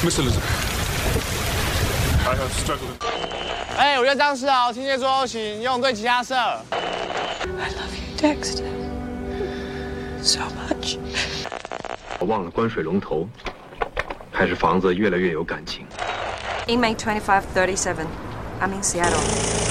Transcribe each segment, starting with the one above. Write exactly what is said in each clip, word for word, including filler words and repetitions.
Miss Elizabeth, I have struggled. 哎，我叫张世豪，天蝎座 O 型，游泳队吉他社。 I love you, Dexter, so much. 我忘了关水龙头，还是房子越来越有感情。 Inmate twenty-five thirty-seven. I'm in Seattle.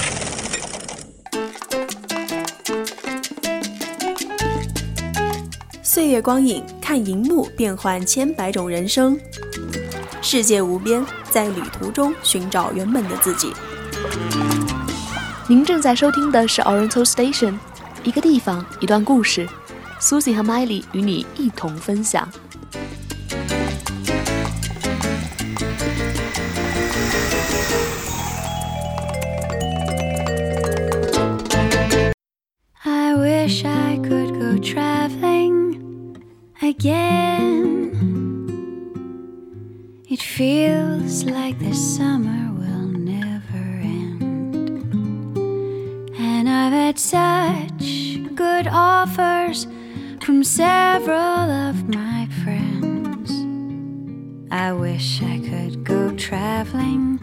岁月光影，看荧幕变换千百种人生。世界无边，在旅途中寻找原本的自己。 您正在收听的是 Oriental Station， 一个地方，一段故事。Susie 和 Miley 与你一同分享。 I wish I could go traveling again. It feels like the summer will never end. And I've had such good offers from several of my friends. I wish I could go traveling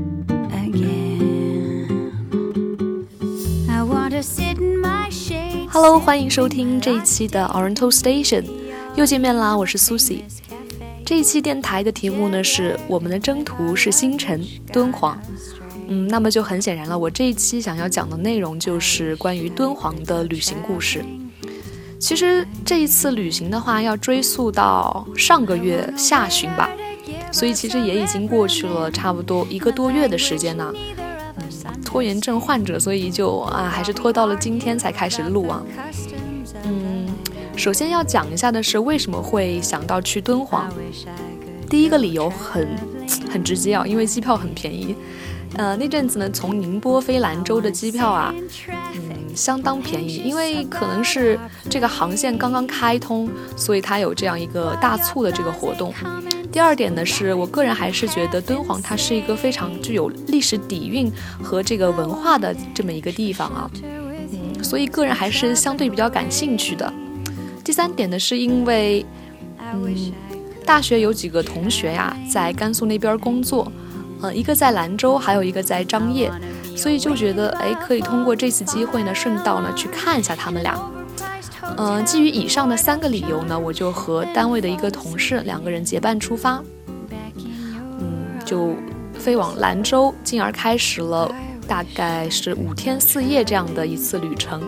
again. I want to sit in my shade. Hello， 欢迎收听这一期的 Oriental Station， 又见面啦，我是 Susie。这一期电台的题目呢是我们的征途是星辰敦煌。嗯，那么就很显然了，我这一期想要讲的内容就是关于敦煌的旅行故事。其实这一次旅行的话，要追溯到上个月下旬吧，所以其实也已经过去了差不多一个多月的时间呢。嗯，拖延症患者，所以就啊，还是拖到了今天才开始录啊。嗯，首先要讲一下的是为什么会想到去敦煌。第一个理由很很直接啊，因为机票很便宜。呃，那阵子呢，从宁波飞兰州的机票啊，嗯，相当便宜，因为可能是这个航线刚刚开通，所以它有这样一个大促的这个活动。第二点呢，是我个人还是觉得敦煌它是一个非常具有历史底蕴和这个文化的这么一个地方啊，嗯，所以个人还是相对比较感兴趣的。第三点呢，是因为，嗯，大学有几个同学呀，在甘肃那边工作。呃，一个在兰州，还有一个在张掖，所以就觉得，哎，可以通过这次机会呢，顺道呢去看一下他们俩。呃，基于以上的三个理由呢，我就和单位的一个同事两个人结伴出发，嗯，就飞往兰州，进而开始了大概是五天四夜这样的一次旅程。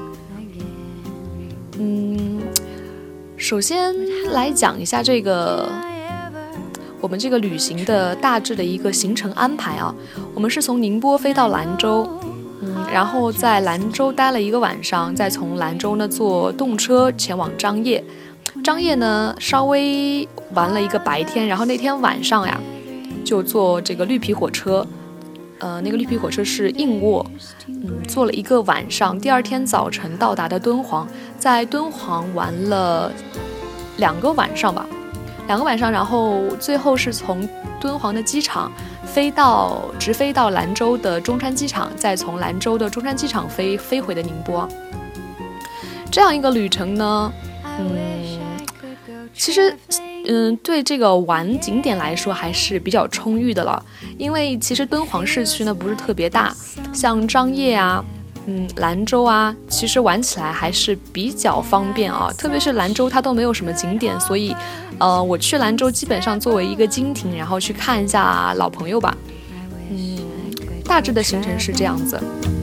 嗯，首先来讲一下这个。我们这个旅行的大致的一个行程安排啊，我们是从宁波飞到兰州，嗯，然后在兰州待了一个晚上，再从兰州呢坐动车前往张掖。张掖呢稍微玩了一个白天，然后那天晚上呀就坐这个绿皮火车，呃，那个绿皮火车是硬卧，嗯，坐了一个晚上，第二天早晨到达的敦煌，在敦煌玩了两个晚上吧。两个晚上，然后最后是从敦煌的机场飞到直飞到兰州的中山机场，再从兰州的中山机场飞飞回的宁波。这样一个旅程呢，嗯，其实，嗯，对这个玩景点来说还是比较充裕的了，因为其实敦煌市区呢不是特别大，像张掖啊。嗯，兰州啊，其实玩起来还是比较方便啊，特别是兰州它都没有什么景点，所以，呃，我去兰州基本上作为一个经停，然后去看一下老朋友吧。嗯，大致的行程是这样子。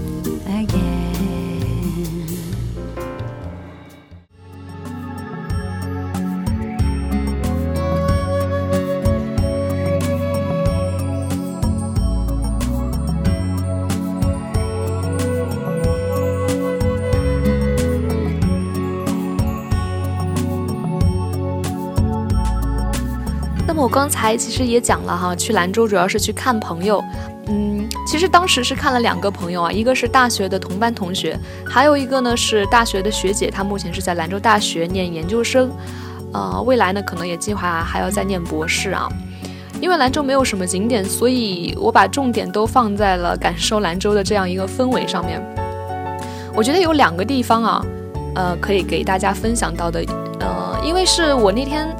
我刚才其实也讲了哈，去兰州主要是去看朋友，嗯，其实当时是看了两个朋友啊，一个是大学的同班同学，还有一个呢是大学的学姐，她目前是在兰州大学念研究生，呃，未来呢可能也计划还要再念博士啊。因为兰州没有什么景点，所以我把重点都放在了感受兰州的这样一个氛围上面。我觉得有两个地方啊，呃，可以给大家分享到的，呃，因为是我那天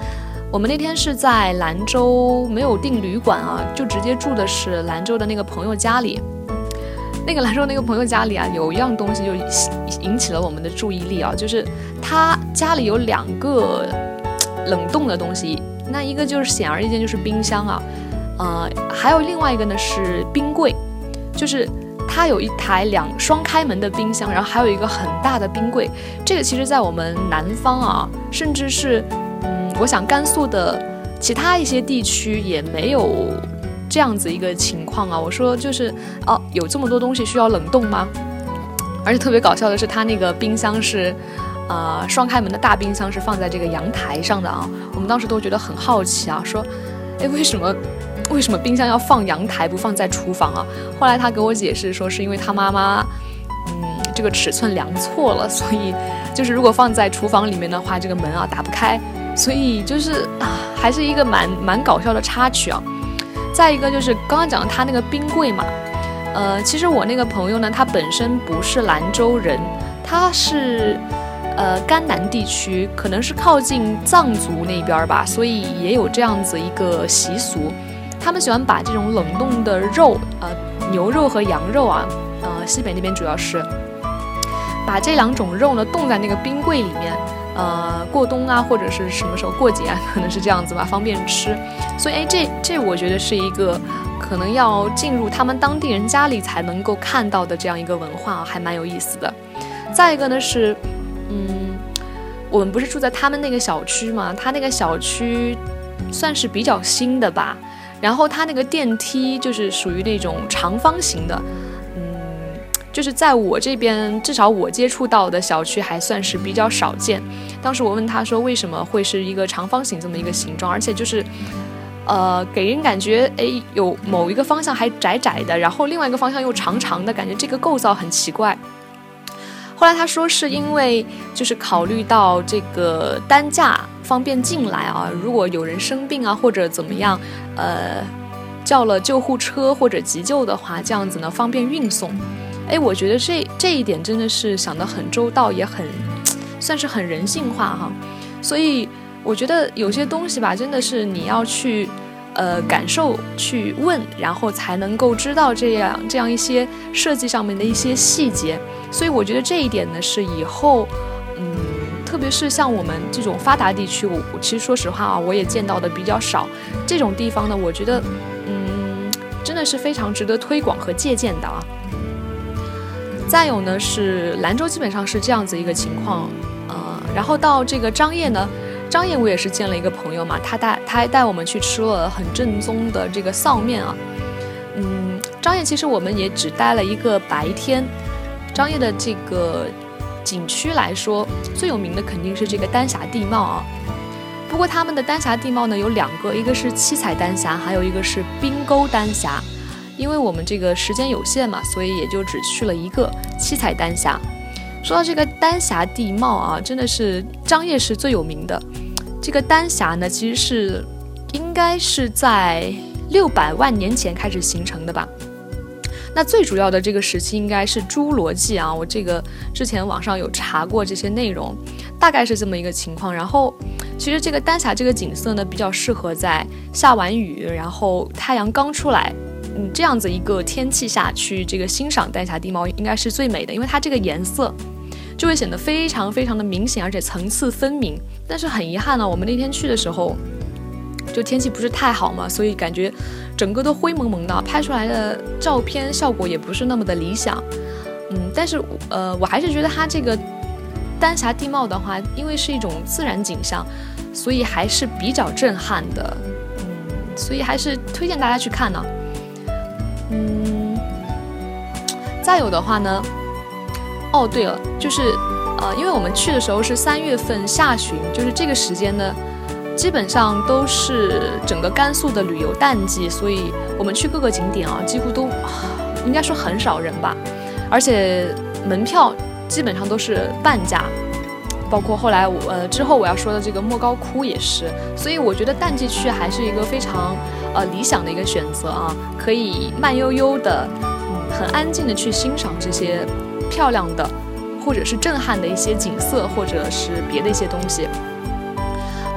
我们那天是在兰州，没有订旅馆啊，就直接住的是兰州的那个朋友家里。那个兰州那个朋友家里啊，有一样东西就引起了我们的注意力啊，就是他家里有两个冷冻的东西，那一个就是显而易见就是冰箱啊，呃，还有另外一个呢是冰柜，就是它有一台两双开门的冰箱，然后还有一个很大的冰柜。这个其实在我们南方啊，甚至是嗯，我想甘肃的其他一些地区也没有这样子一个情况啊。我说就是哦，有这么多东西需要冷冻吗？而且特别搞笑的是，它那个冰箱是呃双开门的大冰箱，是放在这个阳台上的啊。我们当时都觉得很好奇啊，说哎，为什么为什么冰箱要放阳台不放在厨房啊？后来他给我解释说，是因为他妈妈嗯这个尺寸量错了，所以就是如果放在厨房里面的话，这个门啊打不开，所以就是啊还是一个蛮蛮搞笑的插曲啊。再一个就是刚刚讲的他那个冰柜嘛，呃，其实我那个朋友呢，他本身不是兰州人，他是呃甘南地区，可能是靠近藏族那边吧，所以也有这样子一个习俗，他们喜欢把这种冷冻的肉，呃，牛肉和羊肉啊，呃，西北那边主要是把这两种肉呢冻在那个冰柜里面。呃，过冬啊，或者是什么时候过节啊，可能是这样子吧，方便吃。所以，哎，这这我觉得是一个可能要进入他们当地人家里才能够看到的这样一个文化，还蛮有意思的。再一个呢是，嗯，我们不是住在他们那个小区嘛，他那个小区算是比较新的吧，然后他那个电梯就是属于那种长方形的。就是在我这边，至少我接触到的小区还算是比较少见。当时我问他说，为什么会是一个长方形这么一个形状，而且就是，呃，给人感觉，哎，有某一个方向还窄窄的，然后另外一个方向又长长的，感觉这个构造很奇怪。后来他说是因为就是考虑到这个担架方便进来啊，如果有人生病啊或者怎么样，呃，叫了救护车或者急救的话，这样子呢方便运送。哎，我觉得这这一点真的是想得很周到，也很算是很人性化哈。所以我觉得有些东西吧，真的是你要去呃感受、去问，然后才能够知道这样这样一些设计上面的一些细节。所以我觉得这一点呢，是以后嗯，特别是像我们这种发达地区，我我其实说实话啊，我也见到的比较少。这种地方呢，我觉得嗯，真的是非常值得推广和借鉴的啊。再有呢是兰州基本上是这样子一个情况，呃，然后到这个张掖呢，张掖我也是见了一个朋友嘛，他带他还带我们去吃了很正宗的这个臊面啊，嗯，张掖其实我们也只待了一个白天，张掖的这个景区来说，最有名的肯定是这个丹霞地貌啊，不过他们的丹霞地貌呢有两个，一个是七彩丹霞，还有一个是冰沟丹霞。因为我们这个时间有限嘛，所以也就只去了一个七彩丹霞。说到这个丹霞地貌啊，真的是张掖是最有名的。这个丹霞呢，其实是应该是在六百万年前开始形成的吧。那最主要的这个时期应该是侏罗纪啊，我这个之前网上有查过这些内容，大概是这么一个情况。然后其实这个丹霞这个景色呢，比较适合在下完雨，然后太阳刚出来。嗯，这样子一个天气下去，这个欣赏丹霞地貌应该是最美的，因为它这个颜色就会显得非常非常的明显，而且层次分明。但是很遗憾呢，我们那天去的时候，就天气不是太好嘛，所以感觉整个都灰蒙蒙的，拍出来的照片效果也不是那么的理想。嗯，但是呃，我还是觉得它这个丹霞地貌的话，因为是一种自然景象，所以还是比较震撼的。嗯，所以还是推荐大家去看呢。嗯，再有的话呢，哦对了，就是呃，因为我们去的时候是三月份下旬，就是这个时间呢，基本上都是整个甘肃的旅游淡季，所以我们去各个景点啊，几乎都、啊、应该说很少人吧，而且门票基本上都是半价。包括后来我呃之后我要说的这个莫高窟也是，所以我觉得淡季去还是一个非常呃理想的一个选择啊，可以慢悠悠的、嗯、很安静的去欣赏这些漂亮的或者是震撼的一些景色，或者是别的一些东西。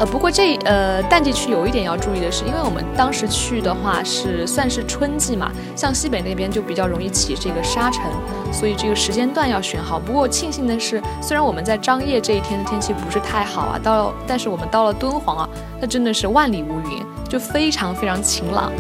呃，不过这呃淡季区有一点要注意的是，因为我们当时去的话是算是春季嘛，像西北那边就比较容易起这个沙尘，所以这个时间段要选好。不过庆幸的是，虽然我们在张掖这一天的天气不是太好啊，到了但是我们到了敦煌啊，那真的是万里无云，就非常非常晴朗。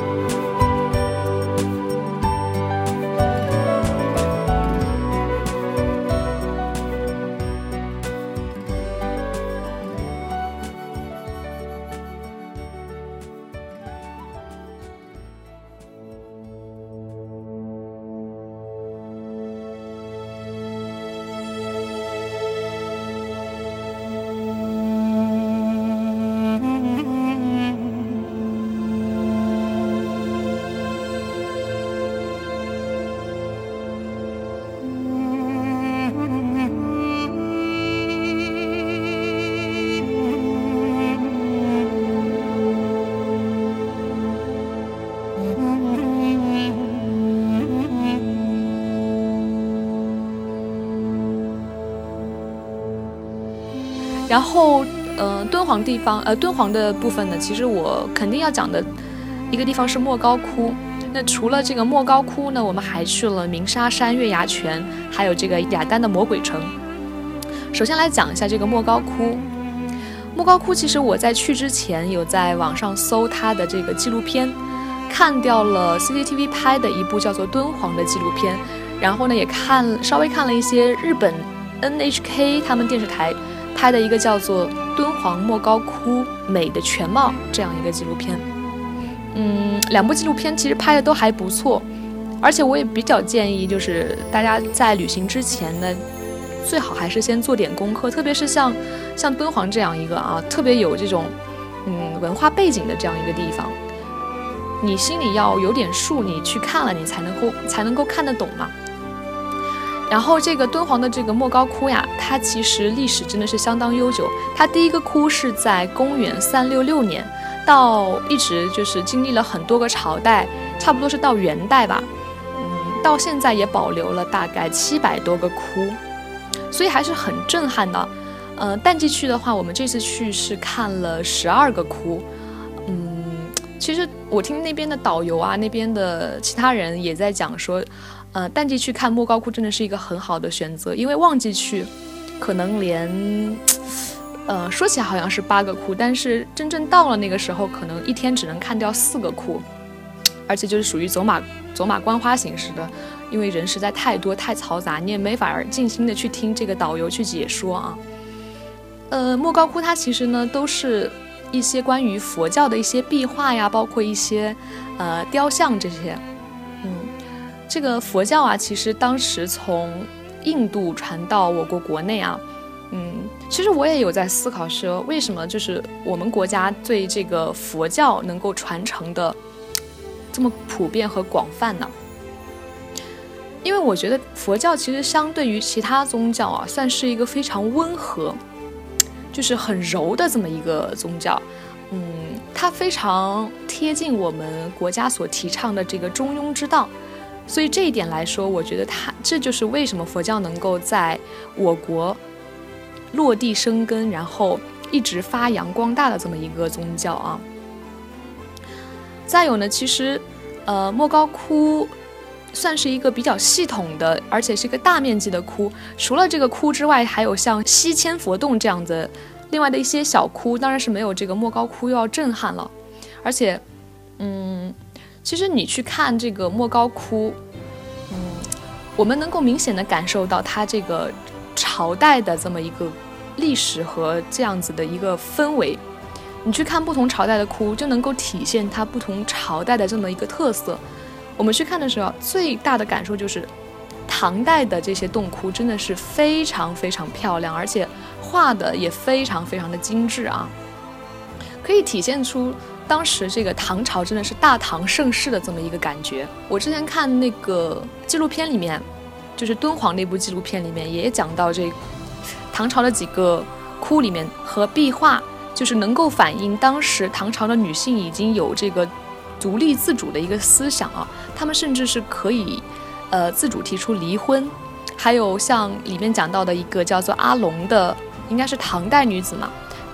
然后，呃，敦煌地方，呃，敦煌的部分呢，其实我肯定要讲的一个地方是莫高窟。那除了这个莫高窟呢，我们还去了鸣沙山、月牙泉，还有这个雅丹的魔鬼城。首先来讲一下这个莫高窟。莫高窟其实我在去之前有在网上搜它的这个纪录片，看掉了 C C T V 拍的一部叫做《敦煌》的纪录片，然后呢也看稍微看了一些日本 N H K 他们电视台拍的一个叫做《敦煌莫高窟美的全貌》这样一个纪录片。嗯，两部纪录片其实拍的都还不错，而且我也比较建议，就是大家在旅行之前呢，最好还是先做点功课，特别是像像敦煌这样一个啊，特别有这种嗯文化背景的这样一个地方，你心里要有点数，你去看了，你才能够才能够看得懂嘛。然后这个敦煌的这个莫高窟呀，它其实历史真的是相当悠久。它第一个窟是在公元三六六年，到一直就是经历了很多个朝代，差不多是到元代吧，嗯，到现在也保留了大概七百多个窟，所以还是很震撼的。呃，淡季去的话，我们这次去是看了十二个窟，嗯，其实我听那边的导游啊，那边的其他人也在讲说。呃，淡季去看莫高窟真的是一个很好的选择，因为旺季去，可能连，呃，说起来好像是八个窟，但是真正到了那个时候，可能一天只能看掉四个窟，而且就是属于走马走马观花形式的，因为人实在太多太嘈杂，你也没法静心的去听这个导游去解说啊。呃，莫高窟它其实呢都是一些关于佛教的一些壁画呀，包括一些呃雕像这些，嗯。这个佛教啊，其实当时从印度传到我国国内啊，嗯，其实我也有在思考说，为什么就是我们国家对这个佛教能够传承的这么普遍和广泛呢？因为我觉得佛教其实相对于其他宗教啊，算是一个非常温和，就是很柔的这么一个宗教。嗯，它非常贴近我们国家所提倡的这个中庸之道。所以这一点来说，我觉得它这就是为什么佛教能够在我国落地生根，然后一直发扬光大的这么一个宗教啊。再有呢，其实呃莫高窟算是一个比较系统的，而且是一个大面积的窟。除了这个窟之外，还有像西千佛洞这样的另外的一些小窟，当然是没有这个莫高窟要震撼了。而且，嗯。其实你去看这个莫高窟，嗯，我们能够明显的感受到它这个朝代的这么一个历史和这样子的一个氛围。你去看不同朝代的窟，就能够体现它不同朝代的这么一个特色。我们去看的时候，最大的感受就是唐代的这些洞窟真的是非常非常漂亮，而且画的也非常非常的精致啊，可以体现出当时这个唐朝真的是大唐盛世的这么一个感觉。我之前看那个纪录片里面，就是敦煌那部纪录片里面也讲到，这唐朝的几个窟里面和壁画，就是能够反映当时唐朝的女性已经有这个独立自主的一个思想啊，她们甚至是可以呃自主提出离婚。还有像里面讲到的一个叫做阿龙的，应该是唐代女子嘛，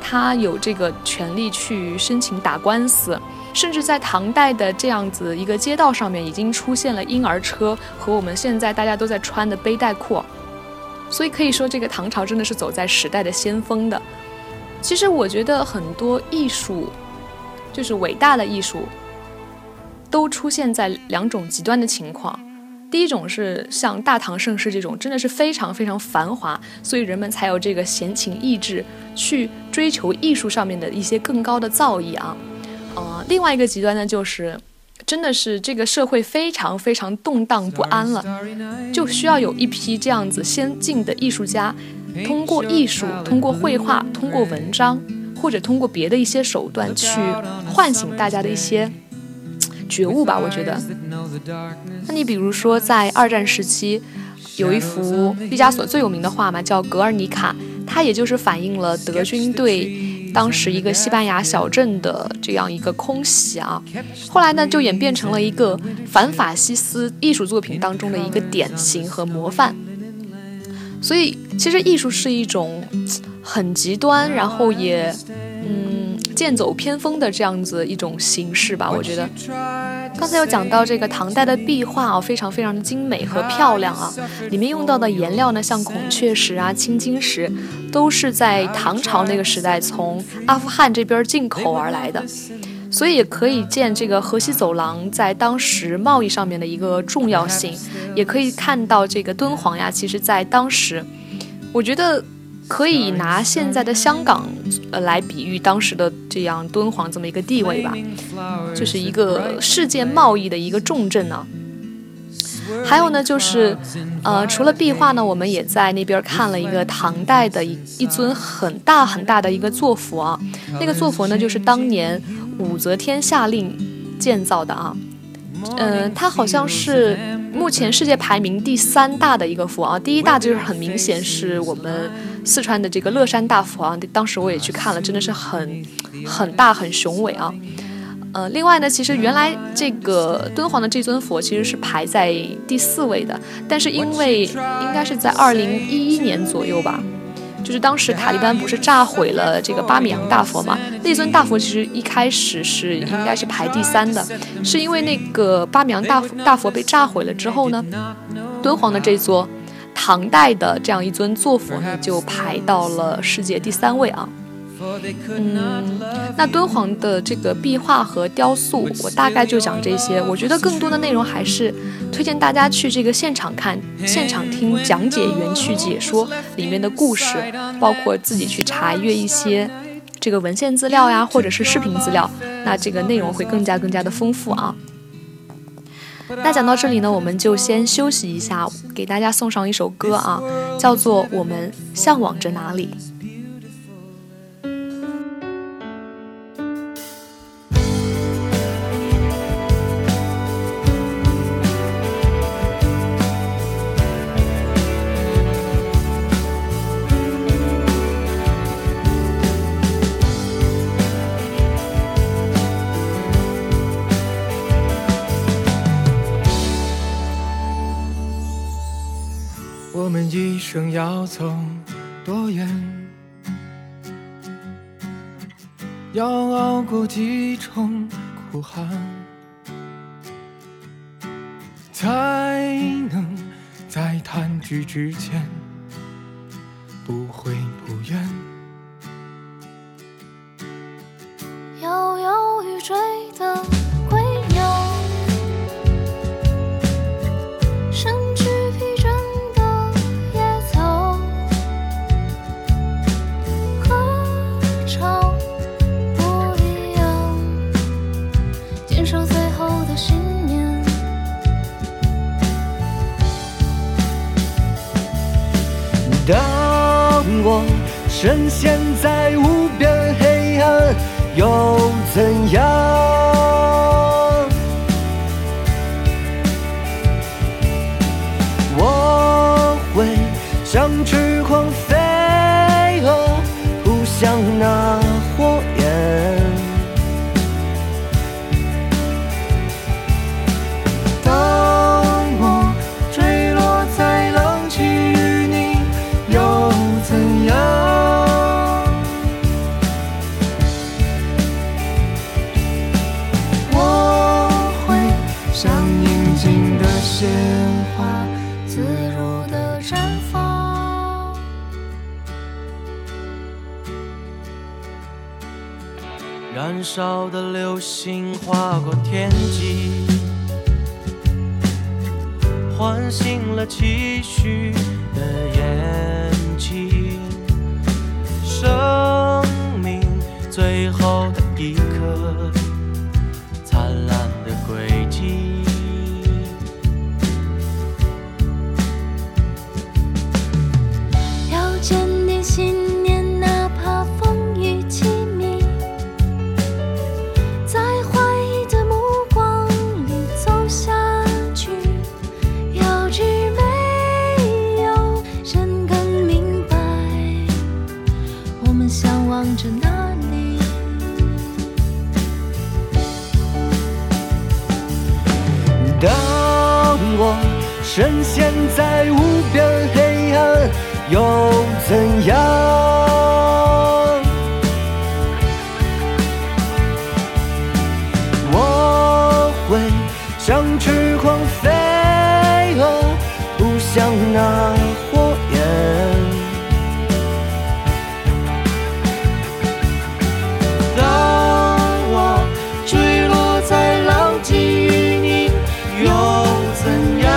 他有这个权利去申请打官司，甚至在唐代的这样子一个街道上面已经出现了婴儿车和我们现在大家都在穿的背带裤，所以可以说这个唐朝真的是走在时代的先锋的。其实我觉得很多艺术，就是伟大的艺术，都出现在两种极端的情况。第一种是像大唐盛世这种真的是非常非常繁华，所以人们才有这个闲情逸致去追求艺术上面的一些更高的造诣啊。呃，另外一个极端呢，就是真的是这个社会非常非常动荡不安了，就需要有一批这样子先进的艺术家，通过艺术，通过绘画，通过文章，或者通过别的一些手段去唤醒大家的一些觉悟吧，我觉得。那你比如说在二战时期有一幅毕加索最有名的画嘛，叫《格尔尼卡》，它也就是反映了德军对当时一个西班牙小镇的这样一个空袭啊。后来呢就演变成了一个反法西斯艺术作品当中的一个典型和模范。所以其实艺术是一种很极端，然后也嗯剑走偏锋的这样子一种形式吧，我觉得。刚才有讲到这个唐代的壁画啊，非常非常的精美和漂亮啊，里面用到的颜料呢，像孔雀石啊、青金石，都是在唐朝那个时代从阿富汗这边进口而来的。所以也可以见这个河西走廊在当时贸易上面的一个重要性，也可以看到这个敦煌呀，其实在当时我觉得可以拿现在的香港呃来比喻当时的这样敦煌这么一个地位吧，就是一个世界贸易的一个重镇啊。还有呢就是呃，除了壁画呢，我们也在那边看了一个唐代的一一尊很大很大的一个坐佛啊。那个坐佛呢就是当年武则天下令建造的啊。呃，它好像是目前世界排名第三大的一个佛啊，第一大就是很明显是我们四川的这个乐山大佛啊，当时我也去看了，真的是很很大很雄伟啊。呃，另外呢，其实原来这个敦煌的这尊佛其实是排在第四位的，但是因为应该是在二零一一年左右吧，就是当时塔利班不是炸毁了这个巴米扬大佛嘛，那尊大佛其实一开始是应该是排第三的，是因为那个巴米扬大佛大佛被炸毁了之后呢，敦煌的这座唐代的这样一尊坐佛呢就排到了世界第三位啊。嗯，那敦煌的这个壁画和雕塑我大概就讲这些，我觉得更多的内容还是推荐大家去这个现场看，现场听讲解员去解说里面的故事，包括自己去查阅一些这个文献资料呀，或者是视频资料，那这个内容会更加更加的丰富啊。那讲到这里呢，我们就先休息一下，给大家送上一首歌啊，叫做《我们向往着哪里》。 我们一生要走多远，要熬过几重苦寒，才能在弹指之间不悔不怨。 摇摇欲坠的归鸟，身躯披着当我深陷在无边黑暗，又怎样？我会像翅狂飞蛾，扑向那火焰。当我坠落在浪迹与你，又怎样？ 鲜花自如的绽放。 燃烧的流星划过天际，唤醒了期许的眼睛。生命最后的一刻，灿烂的轨迹。 要坚定信念，哪怕风雨凄迷，在怀疑的目光里走下去。要知没有人更明白，我们向往着哪里。 当我深陷在无边黑暗，又怎样？我会像翅狂飞蛾，扑向那火焰。当我坠落在浪迹淤泥，又怎样？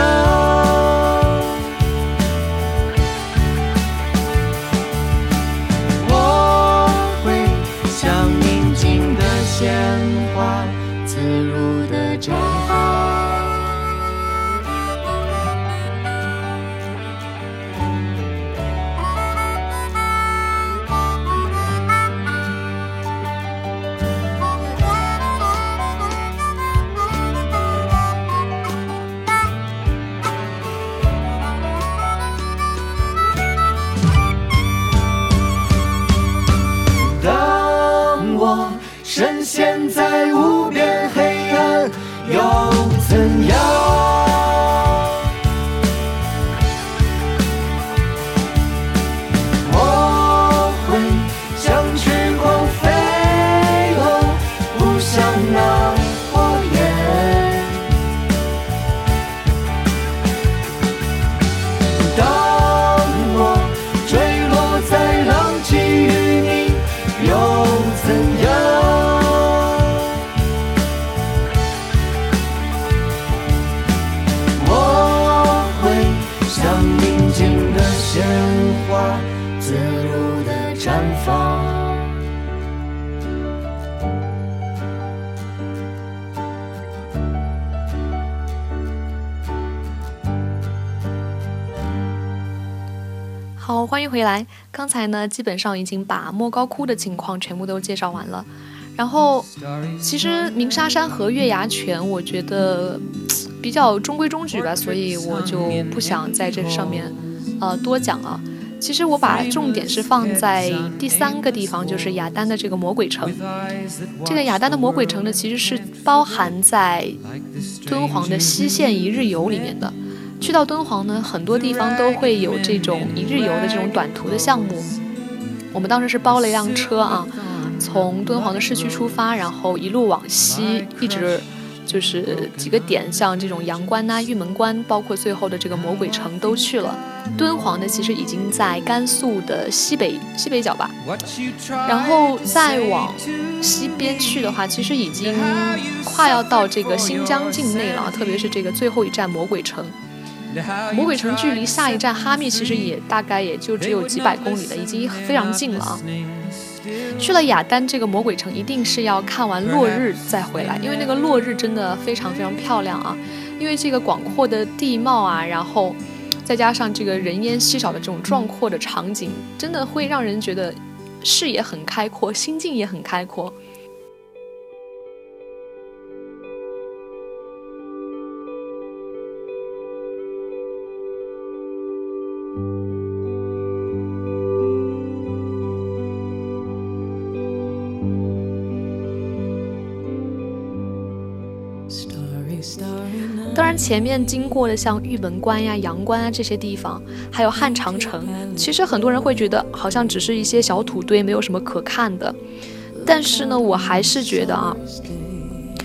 我会像宁静的鲜花，自如的绽放。当我深陷在无边黑暗，又怎样？我会像翅狂飞蛾，扑向那火焰。当我坠落在浪迹淤泥，又怎样？我会像宁静的鲜花，自如的绽放。 好，欢迎回来。刚才呢，基本上已经把莫高窟的情况全部都介绍完了。然后，其实鸣沙山和月牙泉，我觉得比较中规中矩吧，所以我就不想在这上面呃多讲了。其实我把重点是放在第三个地方，就是雅丹的这个魔鬼城。这个雅丹的魔鬼城呢，其实是包含在敦煌的西线一日游里面的。去到敦煌呢，很多地方都会有这种一日游的这种短途的项目。我们当时是包了一辆车啊，从敦煌的市区出发，然后一路往西，一直就是几个点，像这种阳关啊、玉门关，包括最后的这个魔鬼城都去了。敦煌呢，其实已经在甘肃的西北西北角吧，然后再往西边去的话，其实已经快要到这个新疆境内了，特别是这个最后一站魔鬼城。魔鬼城距离下一站哈密其实也大概也就只有几百公里了，已经非常近了啊。去了雅丹这个魔鬼城，一定是要看完落日再回来，因为那个落日真的非常非常漂亮啊。因为这个广阔的地貌啊，然后再加上这个人烟稀少的这种壮阔的场景，真的会让人觉得视野很开阔，心境也很开阔。当然前面经过的像玉门关呀、阳关啊这些地方，还有汉长城，其实很多人会觉得好像只是一些小土堆，没有什么可看的。但是呢，我还是觉得啊，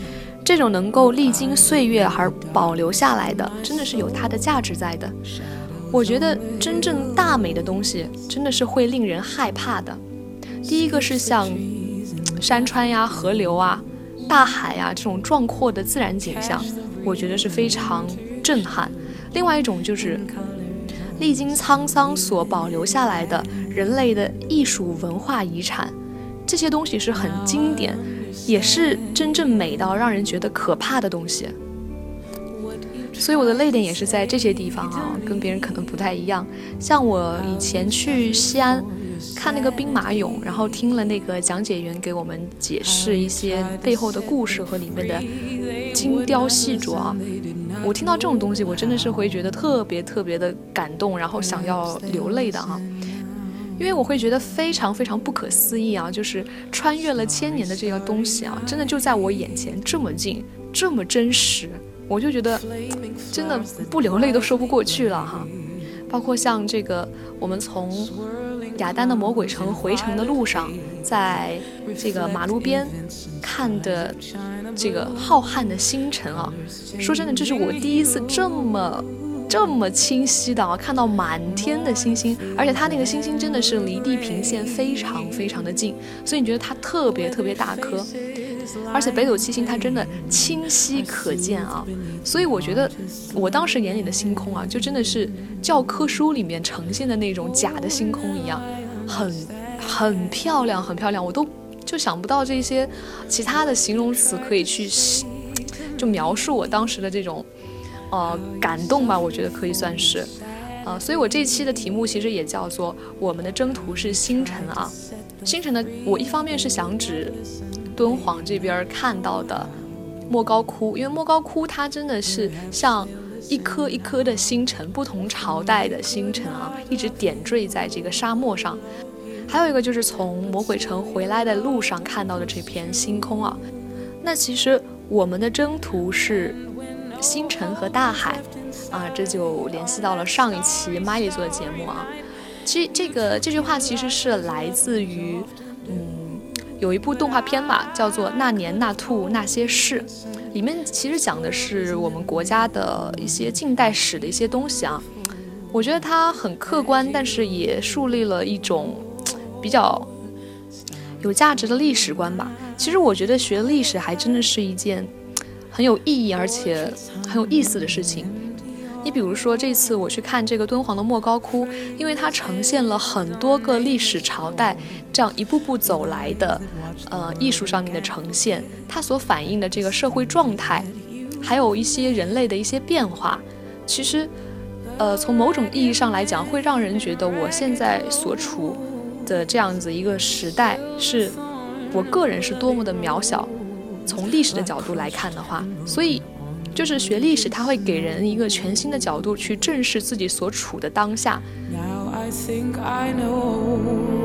这种能够历经岁月而保留下来的，真的是有它的价值在的。我觉得真正大美的东西真的是会令人害怕的。第一个是像山川呀、河流啊、大海啊这种壮阔的自然景象，我觉得是非常震撼。另外一种就是历经沧桑所保留下来的人类的艺术文化遗产，这些东西是很经典，也是真正美到让人觉得可怕的东西。所以我的泪点也是在这些地方啊，跟别人可能不太一样。像我以前去西安看那个兵马俑，然后听了那个讲解员给我们解释一些背后的故事和里面的精雕细琢啊，我听到这种东西，我真的是会觉得特别特别的感动，然后想要流泪的哈。因为我会觉得非常非常不可思议啊，就是穿越了千年的这个东西啊，真的就在我眼前这么近，这么真实。我就觉得真的不流泪都说不过去了哈。包括像这个我们从雅丹的魔鬼城回城的路上，在这个马路边看的这个浩瀚的星辰啊，说真的，这是我第一次这么这么清晰的啊看到满天的星星，而且它那个星星真的是离地平线非常非常的近，所以你觉得它特别特别大颗。而且北斗七星它真的清晰可见啊，所以我觉得我当时眼里的星空啊，就真的是教科书里面呈现的那种假的星空一样，很很漂亮很漂亮，我都就想不到这些其他的形容词可以去就描述我当时的这种呃感动吧，我觉得可以算是呃，所以我这一期的题目其实也叫做我们的征途是星辰啊。星辰呢，我一方面是想指敦煌这边看到的莫高窟，因为莫高窟它真的是像一颗一颗的星辰，不同朝代的星辰啊，一直点缀在这个沙漠上。还有一个就是从魔鬼城回来的路上看到的这片星空啊。那其实我们的征途是星辰和大海啊，这就联系到了上一期玛丽做的节目啊。其实这个这句话其实是来自于嗯有一部动画片吧，叫做《那年那兔那些事》，里面其实讲的是我们国家的一些近代史的一些东西啊。我觉得它很客观，但是也树立了一种比较有价值的历史观吧。其实我觉得学历史还真的是一件很有意义而且很有意思的事情。你比如说这次我去看这个敦煌的莫高窟，因为它呈现了很多个历史朝代这样一步步走来的呃艺术上面的呈现，它所反映的这个社会状态，还有一些人类的一些变化，其实呃从某种意义上来讲，会让人觉得我现在所处的这样子一个时代，是我个人是多么的渺小，从历史的角度来看的话，所以就是学历史，它会给人一个全新的角度去正视自己所处的当下。 Now I think I know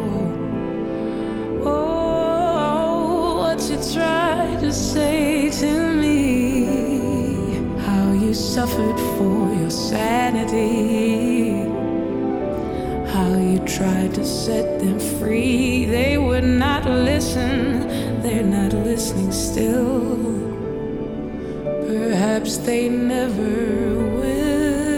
oh, what you tried to say to me, how you suffered for your sanity, how you tried to set them free. They would not listen, they're not listening still.Perhaps they never will.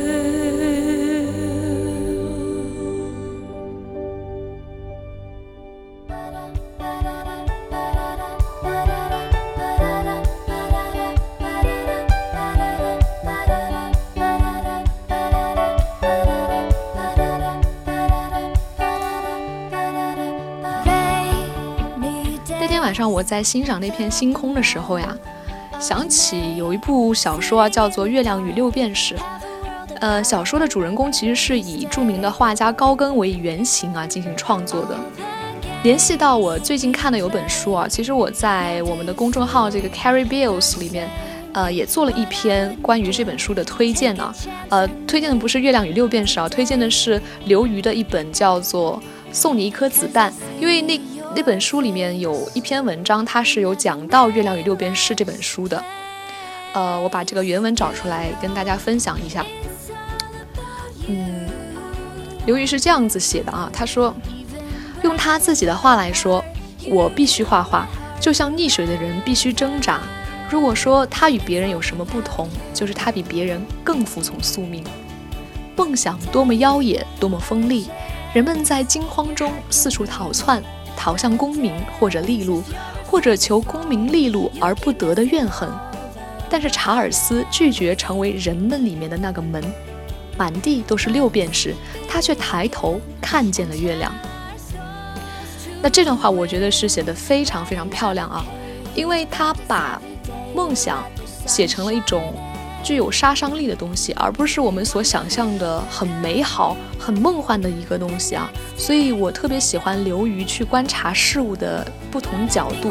那天晚上我在欣赏那片星空的时候呀，想起有一部小说啊，叫做《月亮与六便士》。呃，小说的主人公其实是以著名的画家高更为原型啊进行创作的。联系到我最近看的有本书啊，其实我在我们的公众号这个 Carrie Bills 里面，呃，也做了一篇关于这本书的推荐呢、啊。呃，推荐的不是《月亮与六便士》啊，推荐的是刘瑜的一本叫做《送你一颗子弹》，因为那。那本书里面有一篇文章，它是有讲到《月亮与六便士》这本书的。呃，我把这个原文找出来跟大家分享一下。嗯，刘瑜是这样子写的啊，他说，用他自己的话来说，我必须画画，就像溺水的人必须挣扎。 如果说他与别人有什么不同，就是他比别人更服从宿命。梦想多么妖冶，多么锋利，人们在惊慌中四处逃窜，逃向功名或者利禄，或者求功名利禄而不得的怨恨。但是查尔斯拒绝成为人们里面的那个门，满地都是六便士，他却抬头看见了月亮。那这段话我觉得是写得非常非常漂亮啊，因为他把梦想写成了一种具有杀伤力的东西，而不是我们所想象的很美好很梦幻的一个东西啊。所以我特别喜欢刘瑜去观察事物的不同角度。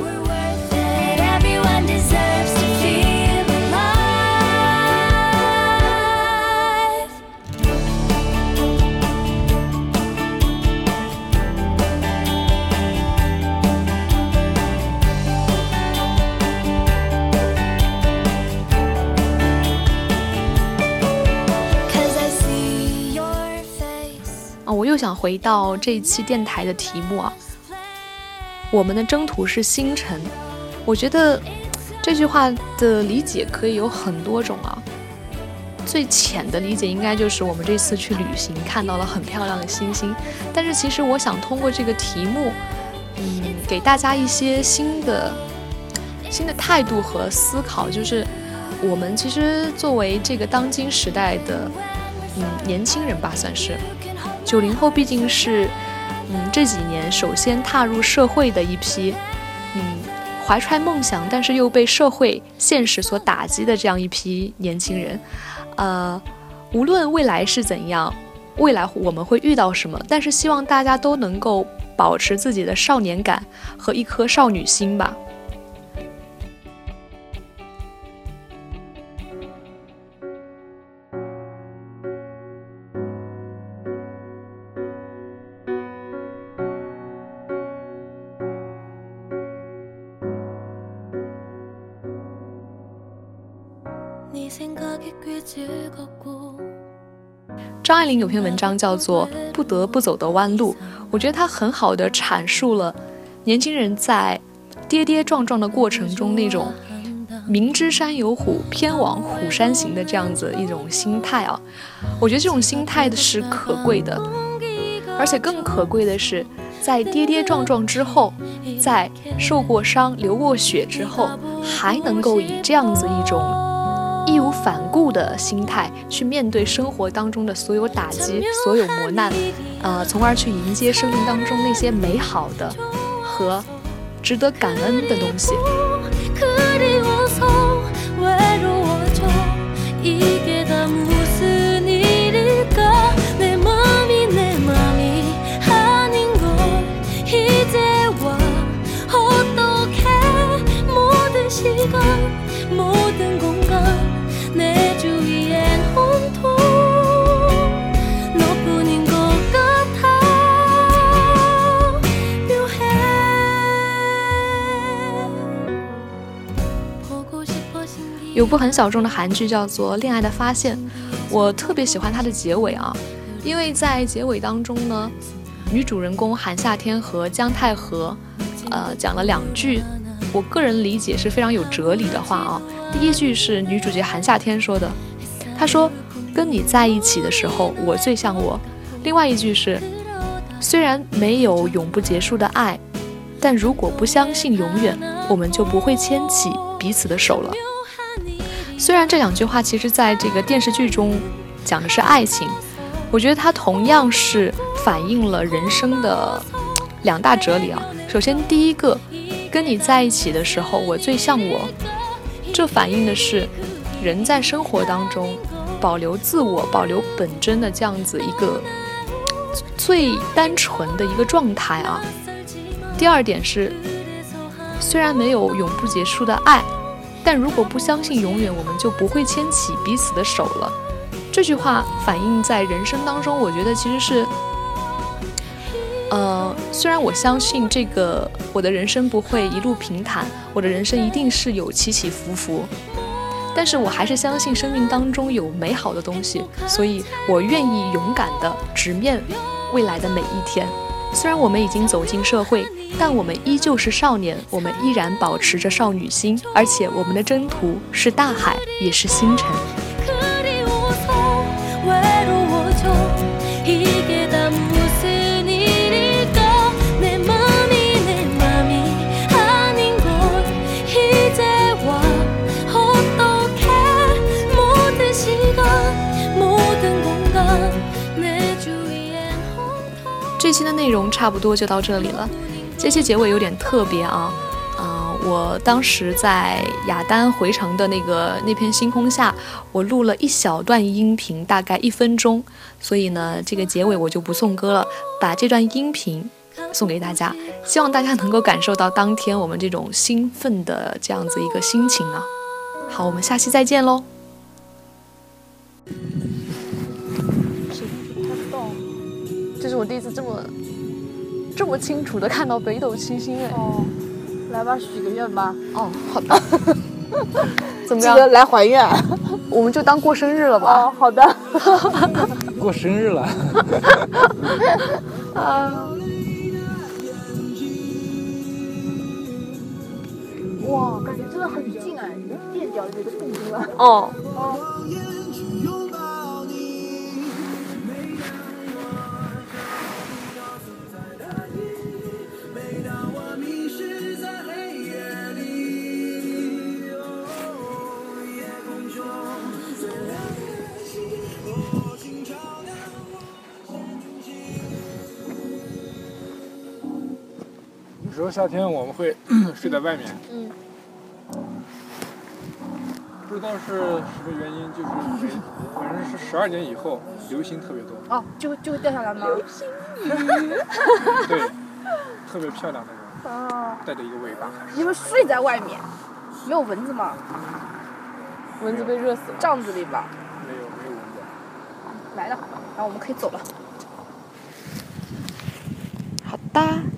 我又想回到这一期电台的题目啊，我们的征途是星辰。我觉得这句话的理解可以有很多种啊。最浅的理解应该就是我们这次去旅行看到了很漂亮的星星，但是其实我想通过这个题目，嗯，给大家一些新的新的态度和思考，就是我们其实作为这个当今时代的嗯年轻人吧，算是。九零后毕竟是，嗯，这几年首先踏入社会的一批，嗯，怀揣梦想，但是又被社会现实所打击的这样一批年轻人，呃，无论未来是怎样，未来我们会遇到什么，但是希望大家都能够保持自己的少年感和一颗少女心吧。张爱玲有篇文章叫做《不得不走的弯路》，我觉得它很好地阐述了年轻人在跌跌撞撞的过程中那种明知山有虎，偏往虎山行的这样子一种心态啊。我觉得这种心态是可贵的，而且更可贵的是，在跌跌撞撞之后，在受过伤、流过血之后，还能够以这样子一种义无反顾的心态去面对生活当中的所有打击、所有磨难，呃，从而去迎接生命当中那些美好的和值得感恩的东西。有部很小众的韩剧叫做《恋爱的发现》，我特别喜欢它的结尾啊，因为在结尾当中呢，女主人公韩夏天和姜泰和，呃，讲了两句，我个人理解是非常有哲理的话啊。第一句是女主角韩夏天说的，她说：“跟你在一起的时候，我最像我。”另外一句是：“虽然没有永不结束的爱，但如果不相信永远，我们就不会牵起彼此的手了。”虽然这两句话其实在这个电视剧中讲的是爱情，我觉得它同样是反映了人生的两大哲理啊。首先第一个，跟你在一起的时候我最像我，这反映的是人在生活当中保留自我、保留本真的这样子一个最单纯的一个状态啊。第二点是，虽然没有永不结束的爱，但如果不相信永远，我们就不会牵起彼此的手了。这句话反映在人生当中，我觉得其实是，呃，虽然我相信这个我的人生不会一路平坦，我的人生一定是有起起伏伏，但是我还是相信生命当中有美好的东西，所以我愿意勇敢地直面未来的每一天。 虽然我们已经走进社会，但我们依旧是少年，我们依然保持着少女心，而且我们的征途是大海，也是星辰。这期的内容差不多就到这里了，这期结尾有点特别啊，呃，我当时在雅丹回程的那个那片星空下，我录了一小段音频，大概一分钟，所以呢，这个结尾我就不送歌了，把这段音频送给大家，希望大家能够感受到当天我们这种兴奋的这样子一个心情啊。好，我们下期再见喽。这是我第一次这么这么清楚的看到北斗七星哎！ 哦，来吧，许个愿吧。 哦，好的。怎么样？ 记得来还愿。 我们就当过生日了吧？ 哦，好的。 过生日了。 啊！ 哇，感觉真的很近哎，你的垫脚有个动静了。 哦。 哦。 有时候夏天我们会睡在外面， 嗯， 不知道是什么原因，就是每反正是十二点以后流星特别多。 哦，就会就会掉下来吗？流星雨。 对，特别漂亮那种。 哦。 带着一个尾巴。 你们睡在外面，没有蚊子吗？ 蚊子被热死了。 帐子里吧？ 没有，没有蚊子。 来了，然后我们可以走了。 好的。